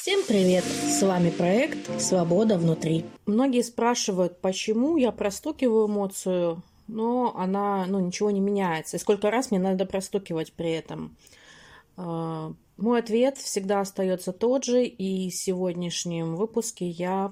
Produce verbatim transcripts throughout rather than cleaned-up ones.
Всем привет! С вами проект «Свобода внутри». Многие спрашивают, почему я простукиваю эмоцию, но она, ну, ничего не меняется. И сколько раз мне надо простукивать при этом? А, Мой ответ всегда остается тот же, и в сегодняшнем выпуске я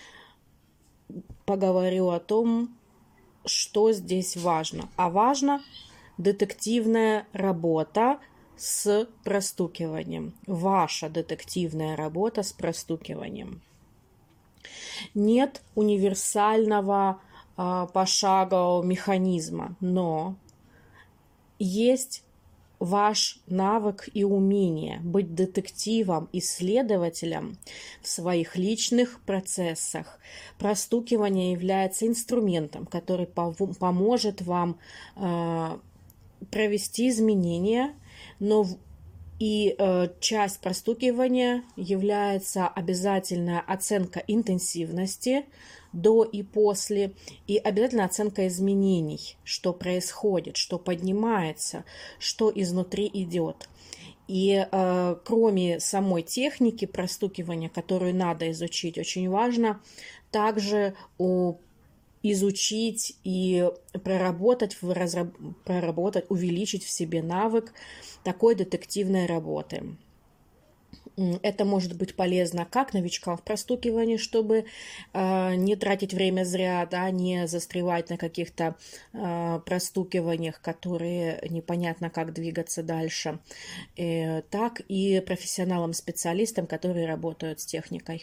поговорю о том, что здесь важно. А важно детективная работа с простукиванием. Ваша детективная работа с простукиванием. Нет универсального э, пошагового механизма, но есть ваш навык и умение быть детективом, исследователем в своих личных процессах. Простукивание является инструментом, который поможет вам э, провести изменения, но и э, часть простукивания является обязательная оценка интенсивности до и после, и обязательно оценка изменений, что происходит, что поднимается, что изнутри идет. И э, кроме самой техники простукивания, которую надо изучить, очень важно также у изучить и проработать, проработать, увеличить в себе навык такой детективной работы. Это может быть полезно как новичкам в простукивании, чтобы э, не тратить время зря, да, не застревать на каких-то э, простукиваниях, которые непонятно как двигаться дальше, э, так и профессионалам-специалистам, которые работают с техникой.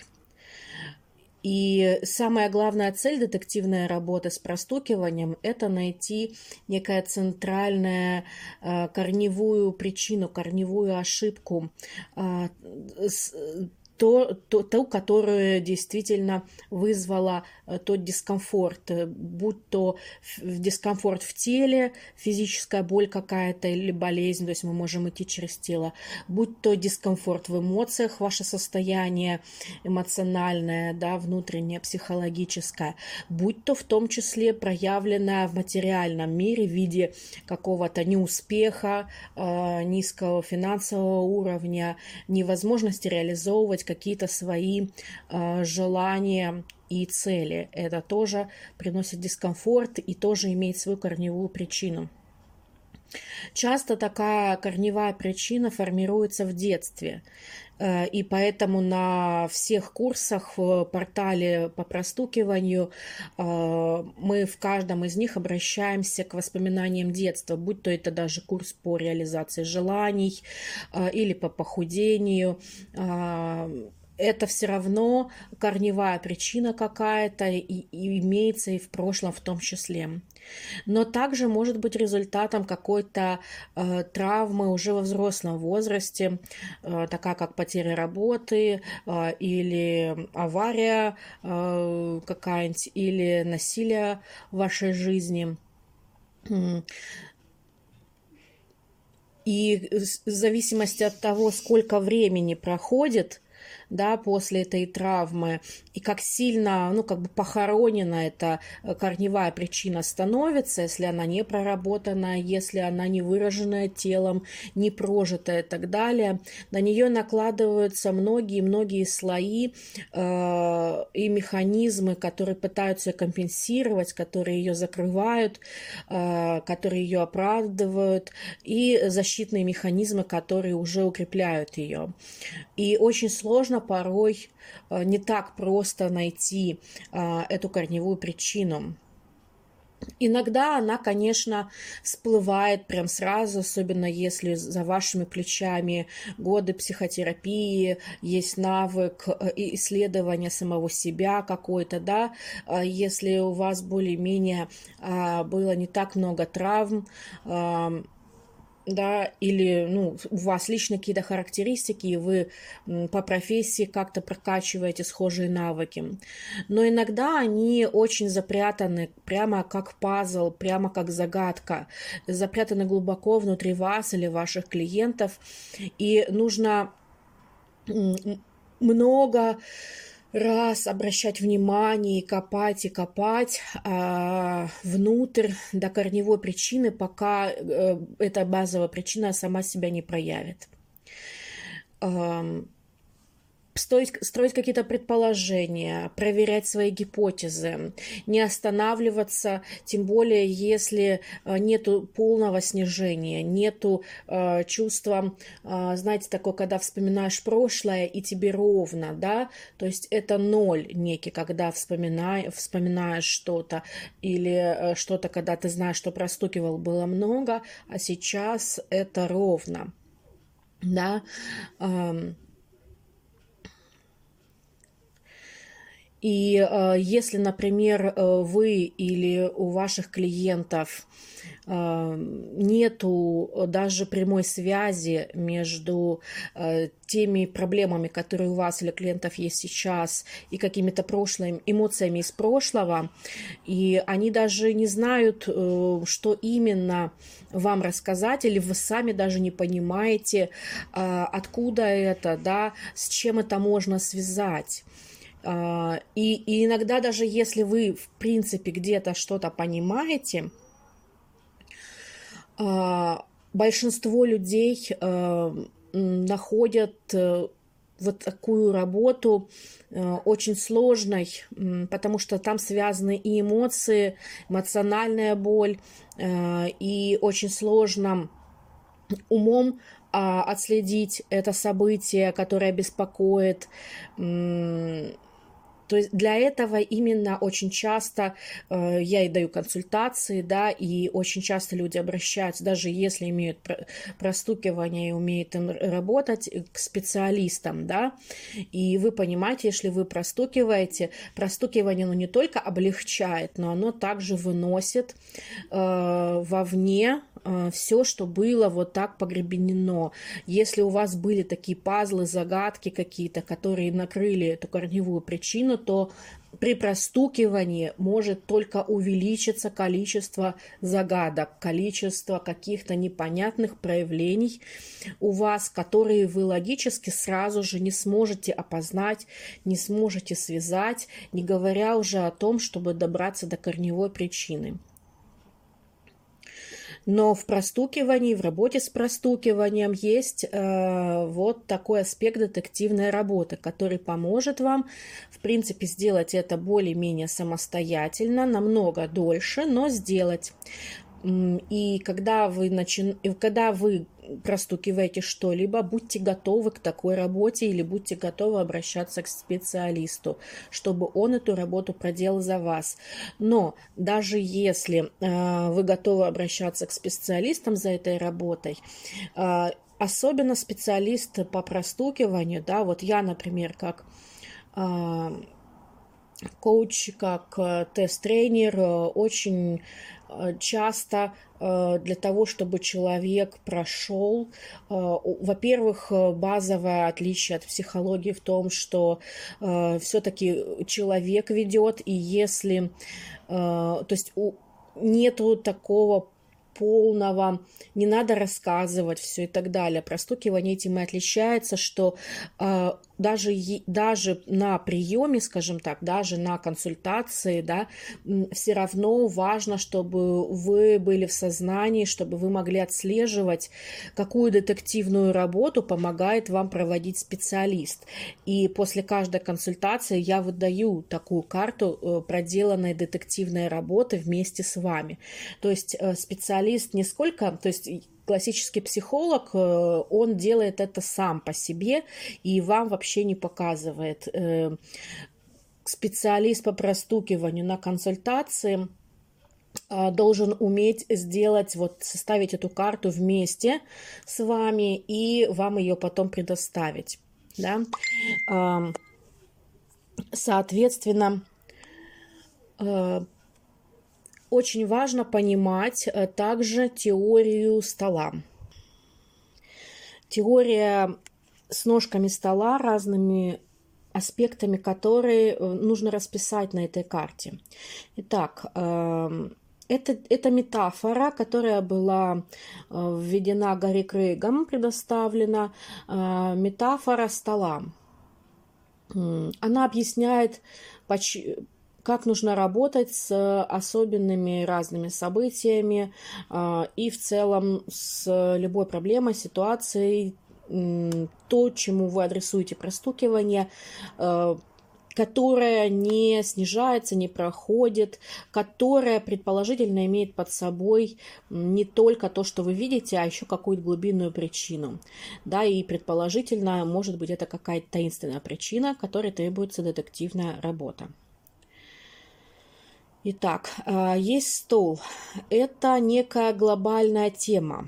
И самая главная цель детективной работы с простукиванием – это найти некая центральная э, корневую причину, корневую ошибку, э, с, то, то, ту, которая действительно вызвала тот дискомфорт, будь то дискомфорт в теле, физическая боль какая-то или болезнь, то есть мы можем идти через тело, будь то дискомфорт в эмоциях, ваше состояние эмоциональное, да, внутреннее, психологическое, будь то в том числе проявленное в материальном мире в виде какого-то неуспеха, низкого финансового уровня, невозможности реализовывать какие-то свои э, желания и цели. Это тоже приносит дискомфорт и тоже имеет свою корневую причину. Часто такая корневая причина формируется в детстве. И поэтому на всех курсах в портале по простукиванию мы в каждом из них обращаемся к воспоминаниям детства, будь то это даже курс по реализации желаний или по похудению. Это все равно корневая причина какая-то и, и имеется и в прошлом в том числе. Но также может быть результатом какой-то э, травмы уже во взрослом возрасте, э, такая как потеря работы э, или авария э, какая-нибудь, или насилие в вашей жизни. И в зависимости от того, сколько времени проходит, да, после этой травмы, и как сильно, ну, как бы похоронена эта корневая причина становится, если она не проработанная, если она не выраженная телом, не прожитая и так далее, на нее накладываются многие-многие слои э, и механизмы, которые пытаются ее компенсировать, которые ее закрывают, э, которые ее оправдывают, и защитные механизмы, которые уже укрепляют ее. И очень сложно порой, не так просто найти эту корневую причину. Иногда она, конечно, всплывает прям сразу, особенно если за вашими плечами годы психотерапии, есть навык исследования самого себя какой-то, да, если у вас более-менее было не так много травм, да, или, ну, у вас лично какие-то характеристики, и вы по профессии как-то прокачиваете схожие навыки. Но иногда они очень запрятаны, прямо как пазл, прямо как загадка, запрятаны глубоко внутри вас или ваших клиентов, и нужно много раз обращать внимание и копать, и копать а, внутрь до корневой причины, пока а, эта базовая причина сама себя не проявит. А, строить, строить какие-то предположения, проверять свои гипотезы, не останавливаться, тем более если нету полного снижения, нету э, чувства, э, знаете, такое, когда вспоминаешь прошлое и тебе ровно, да, то есть это ноль некий, когда вспоминай, вспоминаешь что-то или э, что-то, когда ты знаешь, что простукивал было много, а сейчас это ровно, да. Э, И э, если, например, э, вы или у ваших клиентов э, нету даже прямой связи между э, теми проблемами, которые у вас или клиентов есть сейчас, и какими-то прошлыми эмоциями из прошлого, и они даже не знают, э, что именно вам рассказать, или вы сами даже не понимаете, э, откуда это, да, с чем это можно связать. И, и иногда даже если вы, в принципе, где-то что-то понимаете, большинство людей находят вот такую работу очень сложной, потому что там связаны и эмоции, эмоциональная боль, и очень сложно умом отследить это событие, которое беспокоит. То есть для этого именно очень часто э, я и даю консультации, да, и очень часто люди обращаются, даже если имеют простукивание и умеют им работать, к специалистам, да, и вы понимаете, если вы простукиваете, простукивание, ну, не только облегчает, но оно также выносит э, вовне все, что было вот так погребенено. Если у вас были такие пазлы, загадки какие-то, которые накрыли эту корневую причину, то при простукивании может только увеличиться количество загадок, количество каких-то непонятных проявлений у вас, которые вы логически сразу же не сможете опознать, не сможете связать, не говоря уже о том, чтобы добраться до корневой причины. Но в простукивании, в работе с простукиванием есть э, вот такой аспект детективной работы, который поможет вам, в принципе, сделать это более-менее самостоятельно, намного дольше, но сделать. И когда вы, начи... когда вы простукиваете что-либо, будьте готовы к такой работе или будьте готовы обращаться к специалисту, чтобы он эту работу проделал за вас. Но даже если э, вы готовы обращаться к специалистам за этой работой, э, особенно специалист по простукиванию, да, вот я, например, как э, коуч, как э, тест-тренер, э, очень часто для того, чтобы человек прошел, во-первых, базовое отличие от психологии в том, что все-таки человек ведет, и если, то есть нету такого полного, не надо рассказывать все и так далее. Простукивание этим и отличается, что э, даже, даже на приеме, скажем так, даже на консультации, да, все равно важно, чтобы вы были в сознании, чтобы вы могли отслеживать, какую детективную работу помогает вам проводить специалист. И после каждой консультации я выдаю такую карту проделанной детективной работы вместе с вами. То есть специалист не сколько, то есть классический психолог, он делает это сам по себе и вам вообще не показывает. Специалист по простукиванию на консультации должен уметь сделать, вот составить эту карту вместе с вами и вам ее потом предоставить. Да? Соответственно, очень важно понимать также теорию стола. Теория с ножками стола, разными аспектами, которые нужно расписать на этой карте. Итак, это, это метафора, которая была введена Гарри Крейгом, предоставлена, метафора стола. Она объясняет, как нужно работать с особенными разными событиями и в целом с любой проблемой, ситуацией, то, чему вы адресуете простукивание, которая не снижается, не проходит, которая предположительно имеет под собой не только то, что вы видите, а еще какую-то глубинную причину. Да, и предположительно, может быть, это какая-то таинственная причина, которой требуется детективная работа. Итак, есть стол. Это некая глобальная тема.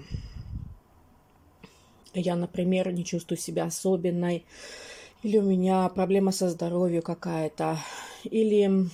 Я, например, не чувствую себя особенной, или у меня проблема со здоровьем какая-то, или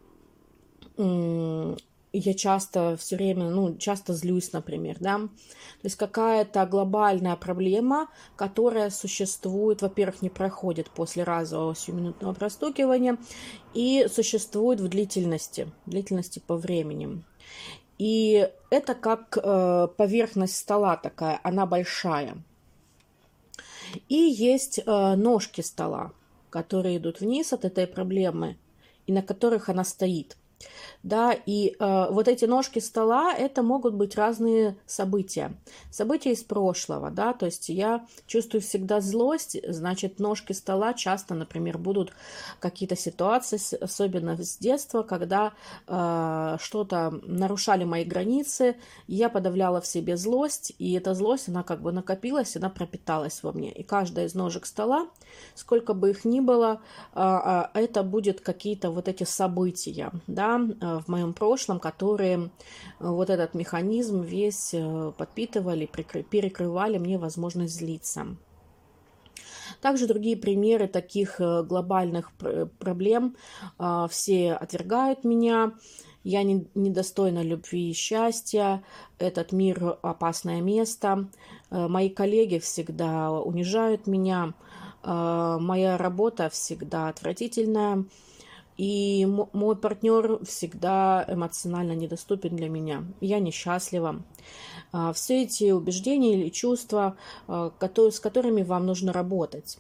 я часто все время, ну, часто злюсь, например, да. То есть какая-то глобальная проблема, которая существует, во-первых, не проходит после разового сиюминутного простукивания и существует в длительности, длительности по времени. И это как э, поверхность стола такая, она большая. И есть э, ножки стола, которые идут вниз от этой проблемы, и на которых она стоит. Да, и э, вот эти ножки стола, это могут быть разные события. События из прошлого, да, то есть я чувствую всегда злость, значит, ножки стола часто, например, будут какие-то ситуации, особенно с детства, когда э, что-то нарушали мои границы, я подавляла в себе злость, и эта злость, она как бы накопилась, она пропиталась во мне. И каждая из ножек стола, сколько бы их ни было, э, э, это будет какие-то вот эти события, да, в моем прошлом, которые вот этот механизм весь подпитывали, перекрывали мне возможность злиться. Также другие примеры таких глобальных проблем. Все отвергают меня, я недостойна любви и счастья, этот мир опасное место, мои коллеги всегда унижают меня, моя работа всегда отвратительная, и мой партнер всегда эмоционально недоступен для меня. Я несчастлива. Все эти убеждения или чувства, с которыми вам нужно работать.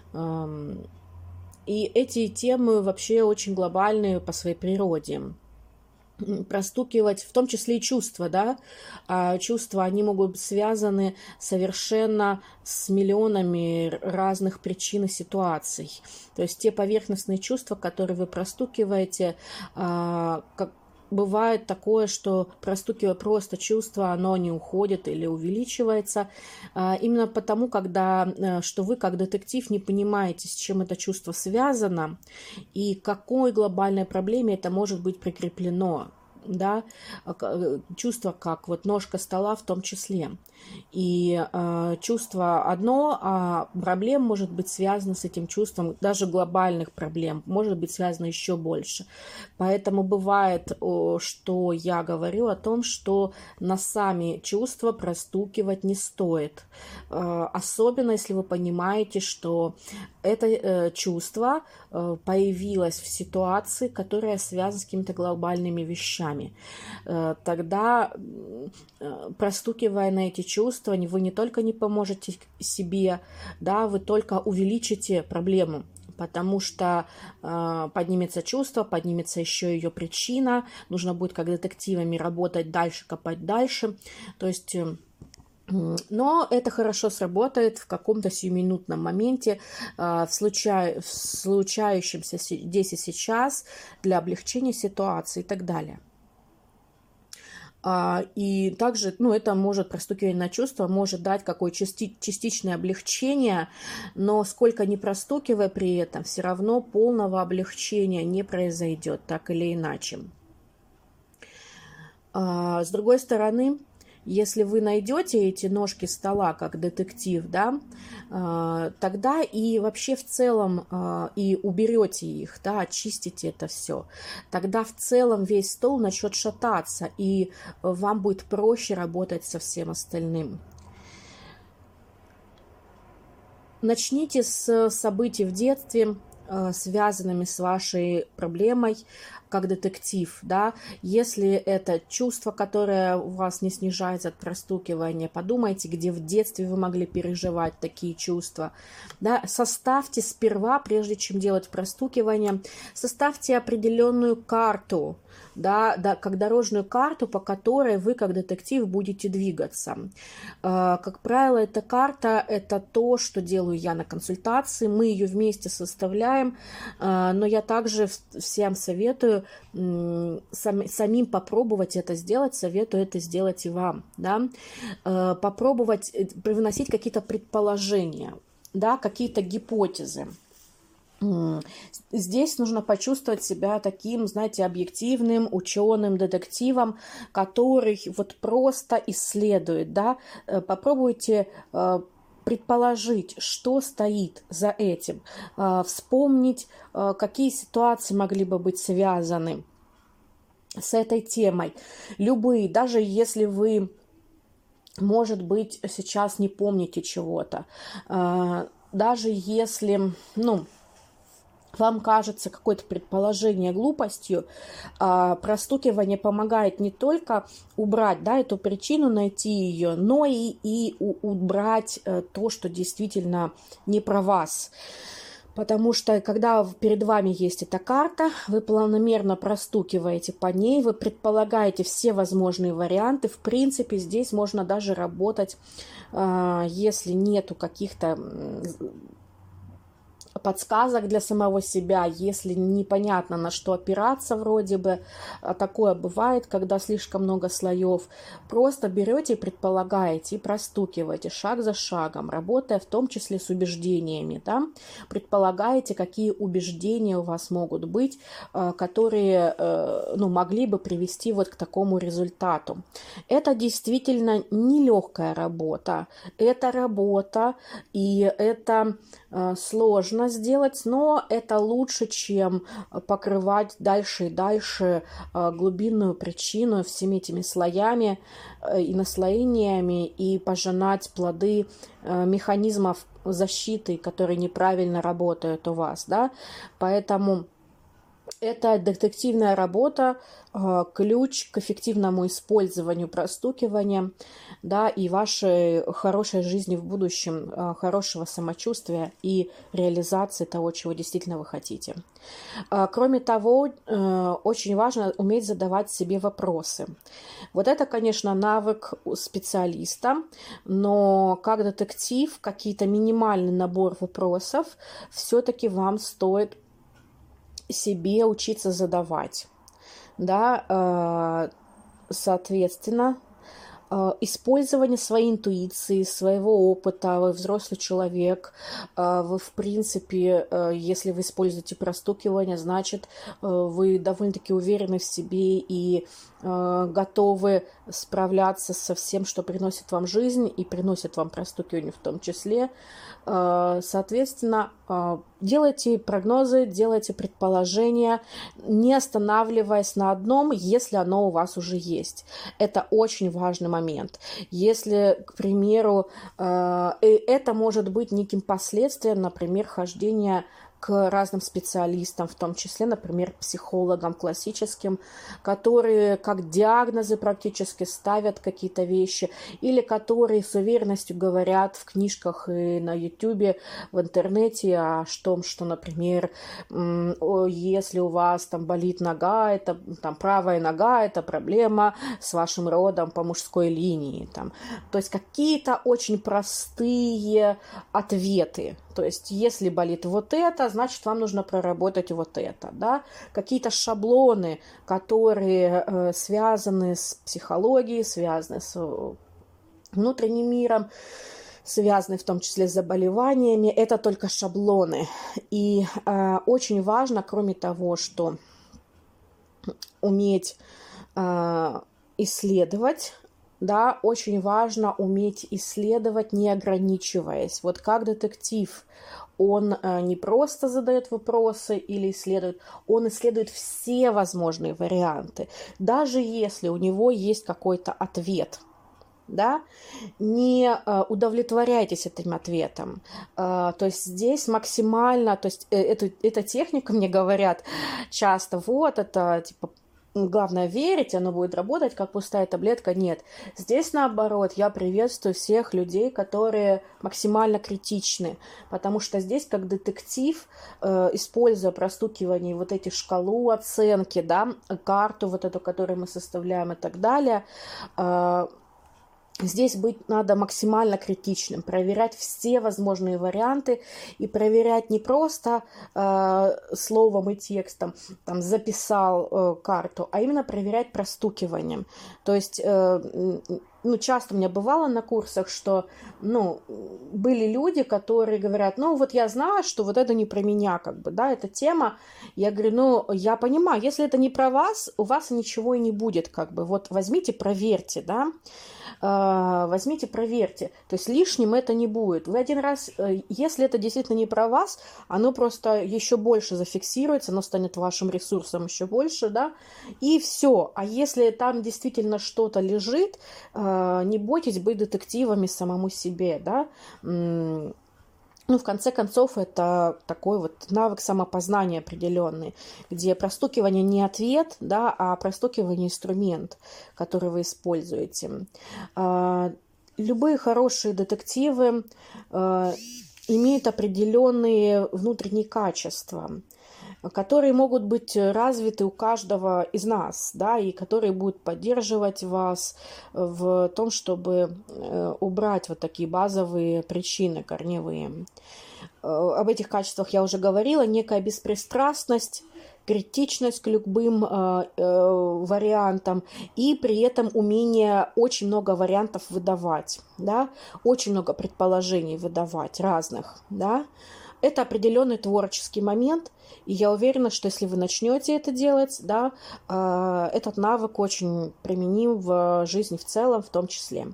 И эти темы вообще очень глобальные по своей природе. Простукивать, в том числе и чувства, да, а чувства, они могут быть связаны совершенно с миллионами разных причин и ситуаций. То есть те поверхностные чувства, которые вы простукиваете, как бывает такое, что простукивая просто чувство, оно не уходит или увеличивается, именно потому, когда, что вы как детектив не понимаете, с чем это чувство связано и к какой глобальной проблеме это может быть прикреплено. Да, чувство как вот ножка стола в том числе. И э, чувство одно, а проблем может быть связано с этим чувством, даже глобальных проблем может быть связано еще больше. Поэтому бывает, что я говорю о том, что на сами чувства простукивать не стоит. Э, особенно если вы понимаете, что это э, чувство э, появилось в ситуации, которая связана с какими-то глобальными вещами. Тогда, простукивая на эти чувства, вы не только не поможете себе, да, вы только увеличите проблему, потому что э, поднимется чувство, поднимется еще ее причина, нужно будет как детективами работать дальше, копать дальше, то есть... Но это хорошо сработает в каком-то сиюминутном моменте, в, случай, в случающемся здесь и сейчас, для облегчения ситуации и так далее. И также, ну, это может, простукивание на чувства может дать какое-то части, частичное облегчение, но сколько ни простукивая при этом, все равно полного облегчения не произойдет, так или иначе. С другой стороны, если вы найдете эти ножки стола как детектив, да, тогда и вообще в целом и уберете их, да, очистите это все, тогда в целом весь стол начнет шататься, и вам будет проще работать со всем остальным. Начните с событий в детстве, связанными с вашей проблемой, как детектив, да, если это чувство, которое у вас не снижается от простукивания, подумайте, где в детстве вы могли переживать такие чувства, да, составьте сперва, прежде чем делать простукивание, составьте определенную карту, да, да, как дорожную карту, по которой вы как детектив будете двигаться. Как правило, эта карта — это то, что делаю я на консультации, мы ее вместе составляем, но я также всем советую самим попробовать это сделать, советую это сделать и вам, да, попробовать привносить какие-то предположения, да, какие-то гипотезы. Здесь нужно почувствовать себя таким, знаете, объективным ученым, детективом, который вот просто исследует, да, попробуйте предположить, что стоит за этим, вспомнить, какие ситуации могли бы быть связаны с этой темой. Любые, даже если вы, может быть, сейчас не помните чего-то, даже если, ну, вам кажется какое-то предположение глупостью, простукивание помогает не только убрать, да, эту причину, найти ее, но и, и убрать то, что действительно не про вас. Потому что, когда перед вами есть эта карта, вы планомерно простукиваете по ней, вы предполагаете все возможные варианты. В принципе, здесь можно даже работать, если нету каких-то подсказок для самого себя, если непонятно, на что опираться вроде бы. Такое бывает, когда слишком много слоев. Просто берете и предполагаете, и простукиваете шаг за шагом, работая в том числе с убеждениями. Да? Предполагаете, какие убеждения у вас могут быть, которые, ну, могли бы привести вот к такому результату. Это действительно нелегкая работа. Это работа, и это сложно сделать, но это лучше, чем покрывать дальше и дальше глубинную причину всеми этими слоями и наслоениями и пожинать плоды механизмов защиты, которые неправильно работают у вас, да, поэтому это детективная работа, ключ к эффективному использованию простукивания, да, и вашей хорошей жизни в будущем, хорошего самочувствия и реализации того, чего действительно вы хотите. Кроме того, очень важно уметь задавать себе вопросы. Вот это, конечно, навык специалиста, но как детектив какие-то минимальный набор вопросов все-таки вам стоит себе учиться задавать, да, соответственно, использование своей интуиции, своего опыта. Вы взрослый человек, вы, в принципе, если вы используете простукивание, значит, вы довольно-таки уверены в себе и готовы справляться со всем, что приносит вам жизнь и приносит вам простукивание в том числе. Соответственно, делайте прогнозы, делайте предположения, не останавливаясь на одном, если оно у вас уже есть. Это очень важный момент. Если, к примеру, это может быть неким последствием, например, хождения к разным специалистам, в том числе, например, психологам классическим, которые как диагнозы практически ставят какие-то вещи, или которые с уверенностью говорят в книжках и на ютубе, в интернете о том, что, например, если у вас там болит нога, это там правая нога, это проблема с вашим родом по мужской линии. Там. То есть какие-то очень простые ответы. То есть, если болит вот это, значит, вам нужно проработать вот это, да. Какие-то шаблоны, которые э, связаны с психологией, связаны с внутренним миром, связаны в том числе с заболеваниями, это только шаблоны. И э, очень важно, кроме того, что уметь э, исследовать, да, очень важно уметь исследовать, не ограничиваясь. Вот как детектив, он не просто задает вопросы или исследует, он исследует все возможные варианты, даже если у него есть какой-то ответ. да, не э, удовлетворяйтесь этим ответом. Э, то есть здесь максимально, то есть э, эту, эта техника, мне говорят часто, вот это типа главное верить, оно будет работать, как пустая таблетка. Нет. Здесь наоборот, я приветствую всех людей, которые максимально критичны, потому что здесь как детектив, э, используя простукивание, вот эти шкалу оценки, да, карту вот эту, которую мы составляем и так далее, э, здесь быть надо максимально критичным, проверять все возможные варианты и проверять не просто э, словом и текстом, там, записал э, карту, а именно проверять простукиванием. То есть, э, ну, часто у меня бывало на курсах, что, ну, были люди, которые говорят, ну, вот я знаю, что вот это не про меня, как бы, да, эта тема. Я говорю, ну, я понимаю, если это не про вас, у вас ничего и не будет, как бы, вот возьмите, проверьте, да. Возьмите, проверьте. То есть лишним это не будет. Вы один раз, если это действительно не про вас, оно просто еще больше зафиксируется, оно станет вашим ресурсом еще больше, да, и все. А если там действительно что-то лежит, не бойтесь быть детективами самому себе, да. Ну, в конце концов, это такой вот навык самопознания определенный, где простукивание не ответ, да, а простукивание инструмент, который вы используете. Любые хорошие детективы имеют определенные внутренние качества, которые могут быть развиты у каждого из нас, да, и которые будут поддерживать вас в том, чтобы убрать вот такие базовые причины корневые. Об этих качествах я уже говорила: некая беспристрастность, критичность к любым э, э, вариантам и при этом умение очень много вариантов выдавать, да, очень много предположений выдавать разных, да. Это определенный творческий момент, и я уверена, что если вы начнете это делать, да, э, этот навык очень применим в жизни в целом, в том числе.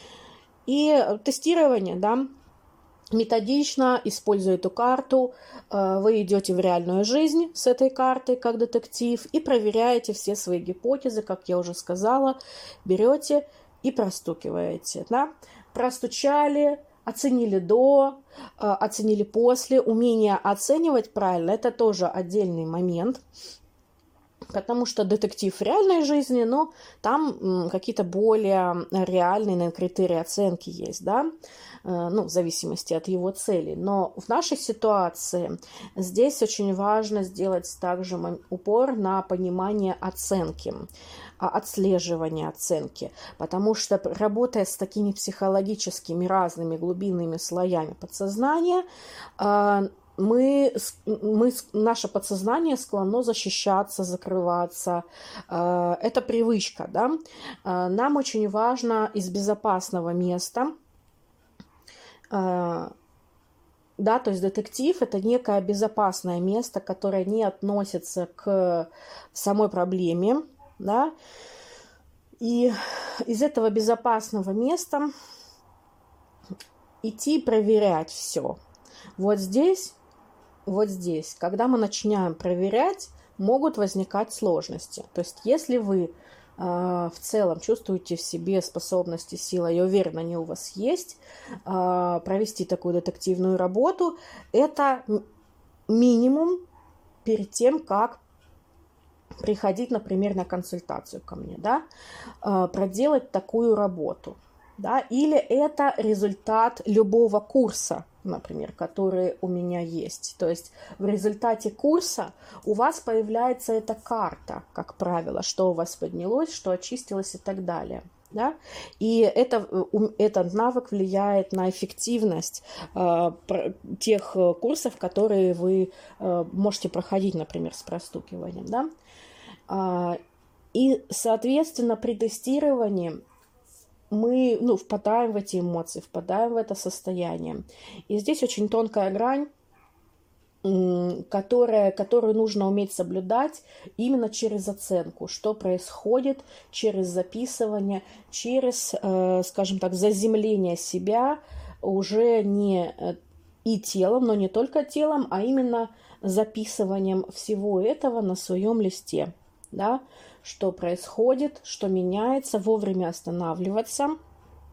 И тестирование, да, методично, используя эту карту, э, вы идете в реальную жизнь с этой картой как детектив и проверяете все свои гипотезы, как я уже сказала, берете и простукиваете, да, простучали, оценили до, оценили после. Умение оценивать правильно – это тоже отдельный момент, потому что детектив в реальной жизни, но там какие-то более реальные критерии оценки есть, да, ну, в зависимости от его целей. Но в нашей ситуации здесь очень важно сделать также упор на понимание оценки, отслеживание оценки, потому что, работая с такими психологическими разными глубинными слоями подсознания, мы, мы, наше подсознание склонно защищаться, закрываться. Это привычка, да? Нам очень важно из безопасного места, да, то есть детектив – это некое безопасное место, которое не относится к самой проблеме, да, и из этого безопасного места идти проверять все. Вот здесь, вот здесь, когда мы начинаем проверять, могут возникать сложности. То есть если вы э, в целом чувствуете в себе способности, силы, я уверена, они у вас есть, э, провести такую детективную работу, это минимум перед тем, как приходить, например, на консультацию ко мне, да, проделать такую работу, да, или это результат любого курса, например, который у меня есть. То есть в результате курса у вас появляется эта карта, как правило, что у вас поднялось, что очистилось и так далее. Да? И это, этот навык влияет на эффективность э, тех курсов, которые вы э, можете проходить, например, с простукиванием. Да? Uh, и, соответственно, при тестировании мы, ну, впадаем в эти эмоции, впадаем в это состояние. И здесь очень тонкая грань, которая, которую нужно уметь соблюдать именно через оценку, что происходит через записывание, через, э, скажем так, заземление себя уже не и телом, но не только телом, а именно записыванием всего этого на своем листе. Да, что происходит, что меняется, вовремя останавливаться,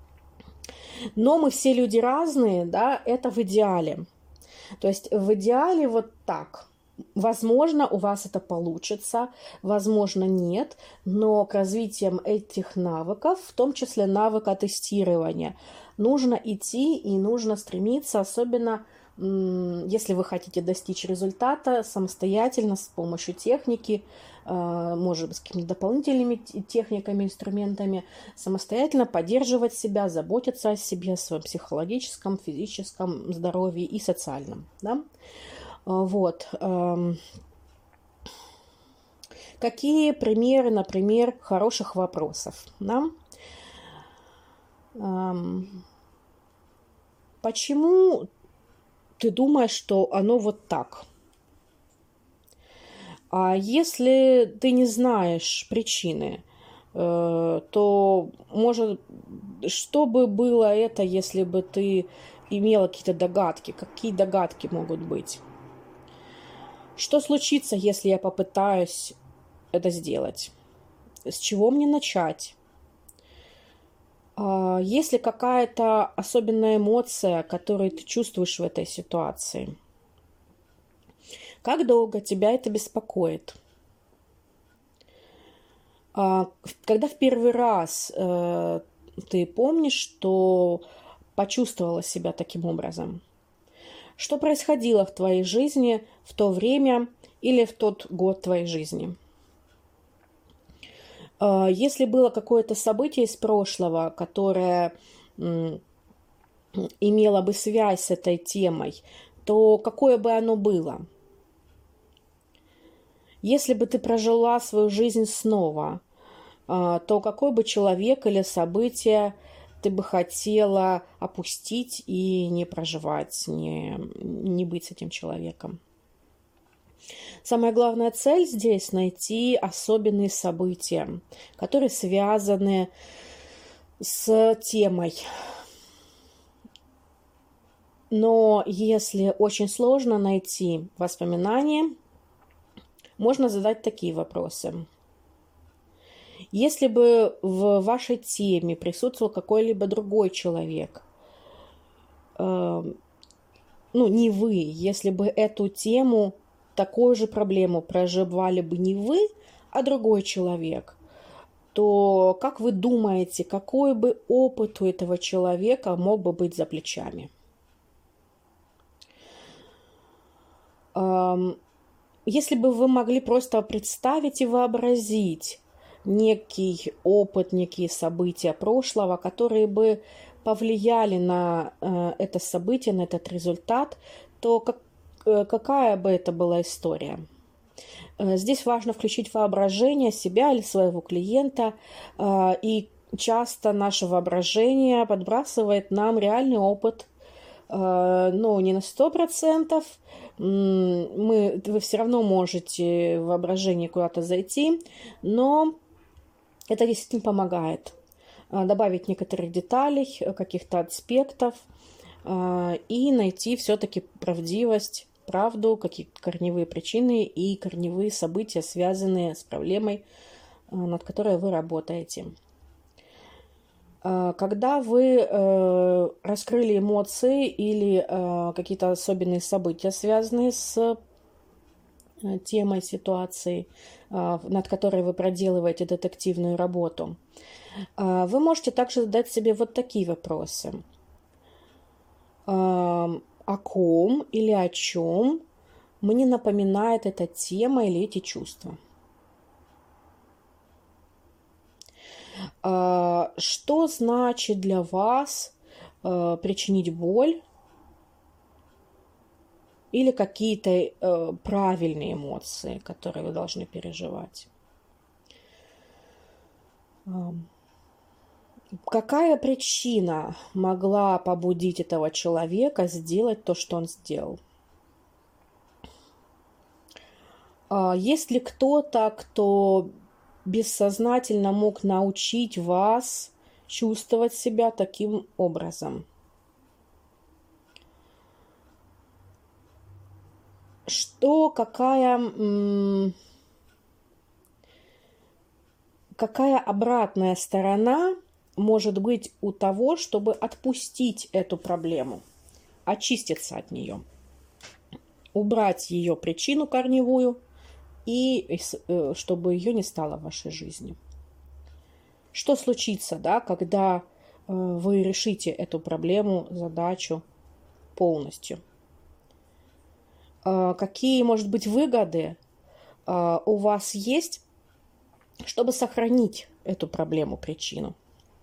Но мы все люди разные, да, это в идеале. То есть в идеале вот так. Возможно, у вас это получится, возможно, нет, но к развитием этих навыков, в том числе навыка тестирования, нужно идти и нужно стремиться, особенно если вы хотите достичь результата самостоятельно, с помощью техники, может быть, с какими-то дополнительными техниками, инструментами, самостоятельно поддерживать себя, заботиться о себе, о своем психологическом, физическом здоровье и социальном. Да? Вот. Какие примеры, например, хороших вопросов? Да? Почему ты думаешь, что оно вот так? А если ты не знаешь причины, то, может, что бы было это, если бы ты имела какие-то догадки? Какие догадки могут быть? Что случится, если я попытаюсь это сделать? С чего мне начать? Есть ли какая-то особенная эмоция, которую ты чувствуешь в этой ситуации? Как долго тебя это беспокоит? Когда в первый раз ты помнишь, что почувствовала себя таким образом? Что происходило в твоей жизни в то время или в тот год твоей жизни? Если было какое-то событие из прошлого, которое имело бы связь с этой темой, то какое бы оно было? Если бы ты прожила свою жизнь снова, то какой бы человек или событие ты бы хотела опустить и не проживать, не, не быть с этим человеком? Самая главная цель здесь — найти особенные события, которые связаны с темой. Но если очень сложно найти воспоминания, можно задать такие вопросы. Если бы в вашей теме присутствовал какой-либо другой человек, э, ну, не вы, если бы эту тему, такую же проблему проживали бы не вы, а другой человек, то как вы думаете, какой бы опыт у этого человека мог бы быть за плечами? Э, если бы вы могли просто представить и вообразить некий опыт, некие события прошлого, которые бы повлияли на э, это событие, на этот результат, то как, э, какая бы это была история? Э, здесь важно включить воображение себя или своего клиента, э, и часто наше воображение подбрасывает нам реальный опыт, э, но не на сто процентов. Мы, вы все равно можете в воображении куда-то зайти, но это действительно помогает добавить некоторых деталей, каких-то аспектов и найти все-таки правдивость, правду, какие-то корневые причины и корневые события, связанные с проблемой, над которой вы работаете. Когда вы раскрыли эмоции или какие-то особенные события, связанные с темой, ситуацией, над которой вы проделываете детективную работу, вы можете также задать себе вот такие вопросы. О ком или о чем мне напоминает эта тема или эти чувства? Что значит для вас причинить боль или какие-то э, правильные эмоции, которые вы должны переживать? Э, какая причина могла побудить этого человека сделать то, что он сделал? Э, есть ли кто-то, кто бессознательно мог научить вас чувствовать себя таким образом? Что, какая, какая обратная сторона может быть у того, чтобы отпустить эту проблему, очиститься от нее, убрать ее причину корневую, и чтобы ее не стало в вашей жизни. Что случится, да, когда вы решите эту проблему, задачу полностью? Какие, может быть, выгоды у вас есть, чтобы сохранить эту проблему, причину?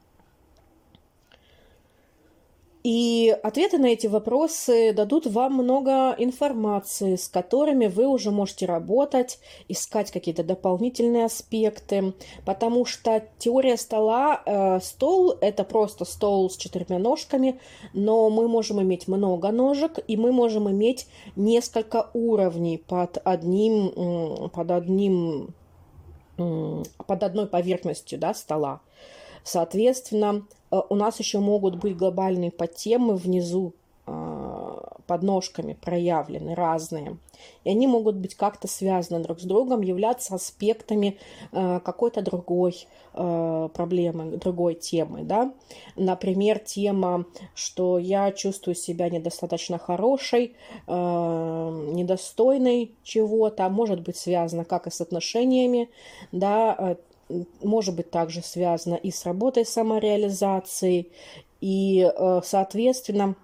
И ответы на эти вопросы дадут вам много информации, с которыми вы уже можете работать, искать какие-то дополнительные аспекты, потому что теория стола, э, стол – это просто стол с четырьмя ножками, но мы можем иметь много ножек, и мы можем иметь несколько уровней под одним, под одним, под одной поверхностью, да, стола. Соответственно, у нас еще могут быть глобальные подтемы внизу под ножками проявлены, разные. И они могут быть как-то связаны друг с другом, являться аспектами какой-то другой проблемы, другой темы. Да? Например, тема, что я чувствую себя недостаточно хорошей, недостойной чего-то, может быть связано как и с отношениями, да, может быть также связано и с работой самореализацией, и, соответственно,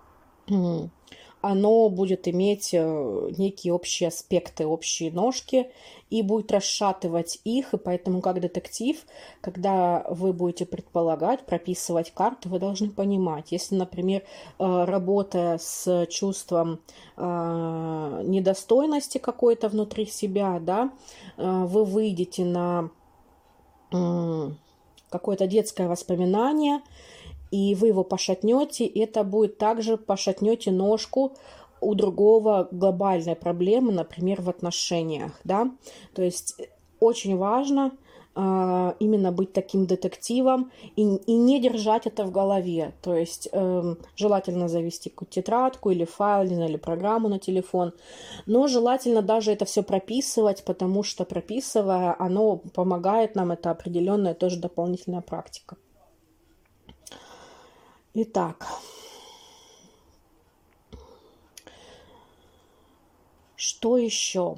оно будет иметь некие общие аспекты, общие ножки, и будет расшатывать их, и поэтому как детектив, когда вы будете предполагать, прописывать карты, вы должны понимать, если, например, работая с чувством недостойности какой-то внутри себя, да, вы выйдете на какое-то детское воспоминание, и вы его пошатнете, и это будет также пошатнете ножку у другого глобальной проблемы, например, в отношениях, да. То есть очень важно э, именно быть таким детективом и, и не держать это в голове. То есть э, желательно завести какую-то тетрадку или файл, или программу на телефон, но желательно даже это все прописывать, потому что прописывая, оно помогает нам, это определенная тоже дополнительная практика. Итак, что еще?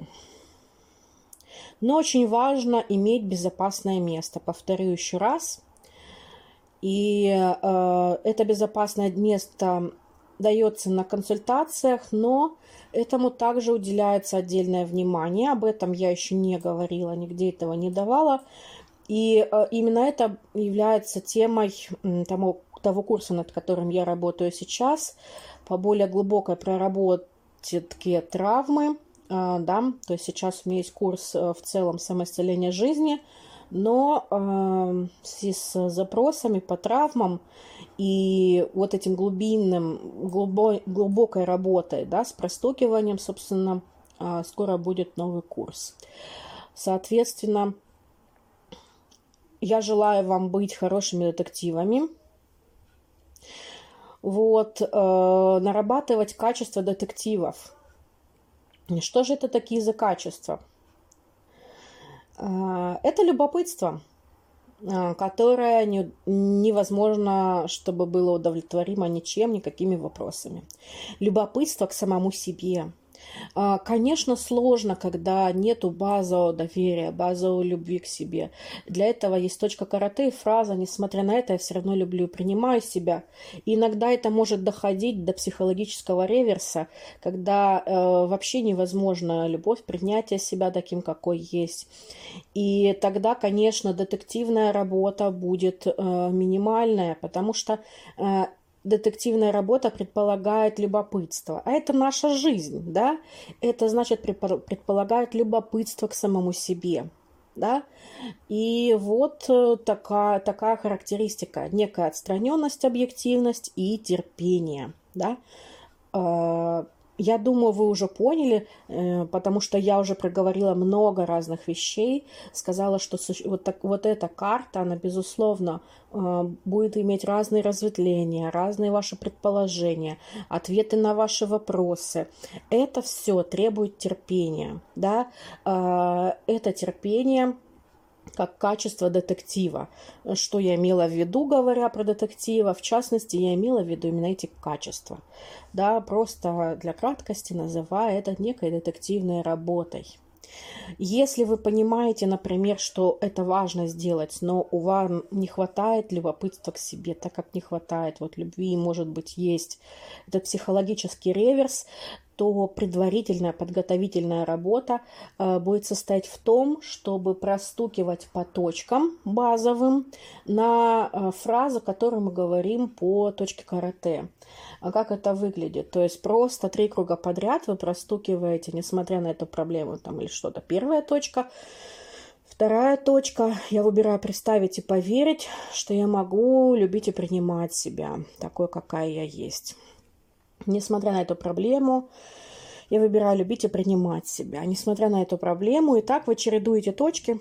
Но очень важно иметь безопасное место. Повторю еще раз. И э, это безопасное место дается на консультациях, но этому также уделяется отдельное внимание. Об этом я еще не говорила, нигде этого не давала. И э, именно это является темой тому, того курса, над которым я работаю сейчас, по более глубокой проработке травмы. Э, да, то есть сейчас у меня есть курс в целом самоисцеления жизни, но э, с запросами по травмам и вот этим глубинным, глубо, глубокой работой, да, с простукиванием, собственно, э, скоро будет новый курс. Соответственно, я желаю вам быть хорошими детективами, вот, э, нарабатывать качество детективов. Что же это такие за качества? Э, это любопытство, э, которое не, невозможно, чтобы было удовлетворимо ничем, никакими вопросами. Любопытство к самому себе. Конечно, сложно, когда нету базового доверия, базовой любви к себе. Для этого есть точка карате и фраза: несмотря на это, я все равно люблю и принимаю себя. И иногда это может доходить до психологического реверса, когда э, вообще невозможна любовь, принятие себя таким, какой есть. И тогда, конечно, детективная работа будет э, минимальная, потому что э, детективная работа предполагает любопытство, а это наша жизнь, да? Это значит предполагает любопытство к самому себе, да? И вот такая, такая характеристика: некая отстраненность, объективность и терпение, да? Я думаю, вы уже поняли, потому что я уже проговорила много разных вещей, сказала, что вот, так, вот эта карта, она, безусловно, будет иметь разные разветвления, разные ваши предположения, ответы на ваши вопросы. Это все требует терпения, да? Это терпение как качество детектива. Что я имела в виду, говоря про детектива? В частности, я имела в виду именно эти качества. Да, просто для краткости называя это некой детективной работой. Если вы понимаете, например, что это важно сделать, но у вас не хватает любопытства к себе, так как не хватает вот любви, может быть, есть этот психологический реверс, то предварительная подготовительная работа э, будет состоять в том, чтобы простукивать по точкам базовым на э, фразу, которую мы говорим по точке карате. А как это выглядит? То есть просто три круга подряд вы простукиваете, несмотря на эту проблему там или что-то. Первая точка. Вторая точка. Я выбираю представить и поверить, что я могу любить и принимать себя такой, какая я есть. Несмотря на эту проблему, я выбираю любить и принимать себя. Несмотря на эту проблему, и так вы чередуете точки.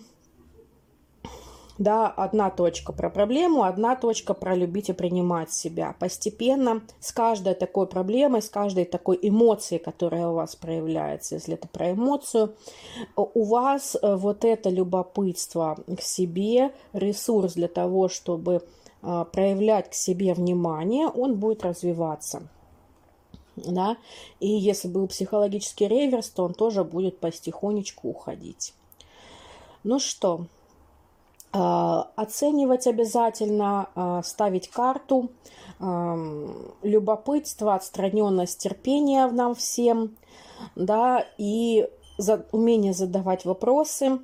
Да, одна точка про проблему, одна точка про любить и принимать себя. Постепенно с каждой такой проблемой, с каждой такой эмоцией, которая у вас проявляется, если это про эмоцию, у вас вот это любопытство к себе, ресурс для того, чтобы проявлять к себе внимание, он будет развиваться. Да? И если был психологический реверс, то он тоже будет потихонечку уходить. Ну что, оценивать обязательно, ставить карту, любопытство, отстраненность, терпение в нам всем, да, и умение задавать вопросы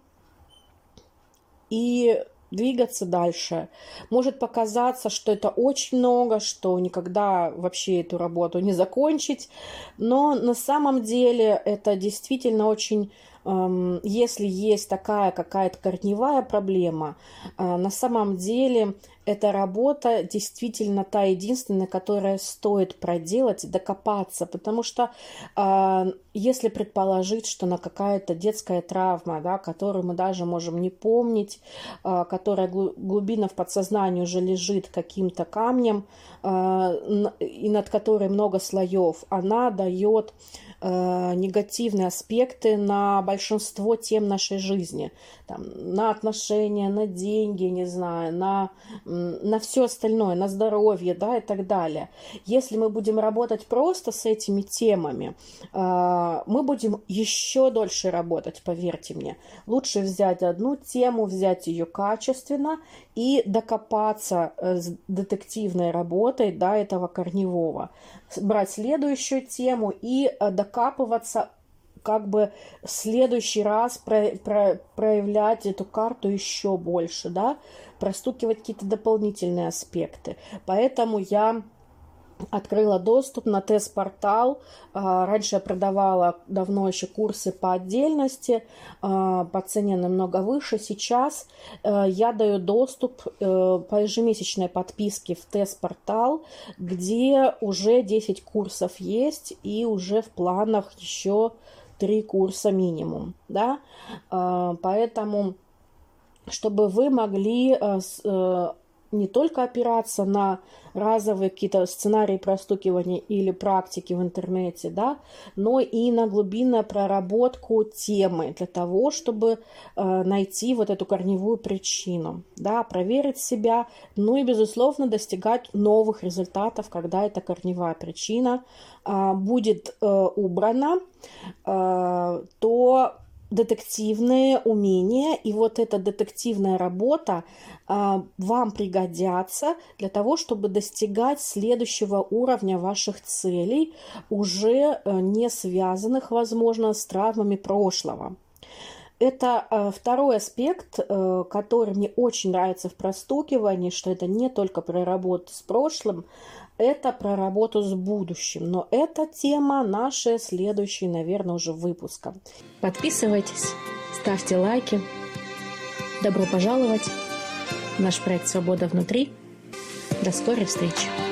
и двигаться дальше. Может показаться, что это очень много, что никогда вообще эту работу не закончить, но на самом деле это действительно очень, эм, если есть такая какая-то корневая проблема, э, на самом деле эта работа действительно та единственная, которая стоит проделать, докопаться, потому что э, если предположить, что на какая-то детская травма, да, которую мы даже можем не помнить, э, которая глубина в подсознании уже лежит каким-то камнем, э, и над которой много слоев, она дает э, негативные аспекты на большинство тем нашей жизни, там, на отношения, на деньги, не знаю, на на все остальное, на здоровье, да, и так далее. Если мы будем работать просто с этими темами, мы будем еще дольше работать, поверьте мне. Лучше взять одну тему, взять ее качественно и докопаться с детективной работой до этого корневого. Брать следующую тему и докапываться, как бы в следующий раз про, про, проявлять эту карту еще больше, да, простукивать какие-то дополнительные аспекты. Поэтому я открыла доступ на тест-портал. Раньше я продавала давно еще курсы по отдельности, по цене намного выше. Сейчас я даю доступ по ежемесячной подписке в тест-портал, где уже десять курсов есть и уже в планах еще три курса минимум, да, поэтому, чтобы вы могли не только опираться на разовые какие-то сценарии простукивания или практики в интернете, да, но и на глубинную проработку темы для того, чтобы э, найти вот эту корневую причину, да, проверить себя, ну и, безусловно, достигать новых результатов, когда эта корневая причина э, будет э, убрана, э, то детективные умения и вот эта детективная работа а, вам пригодятся для того, чтобы достигать следующего уровня ваших целей, уже а, не связанных, возможно, с травмами прошлого. Это а, второй аспект, а, который мне очень нравится в простукивании, что это не только про работу с прошлым, это про работу с будущим. Но это тема нашей следующей, наверное, уже выпуска. Подписывайтесь, ставьте лайки. Добро пожаловать в наш проект «Свобода внутри». До скорой встречи.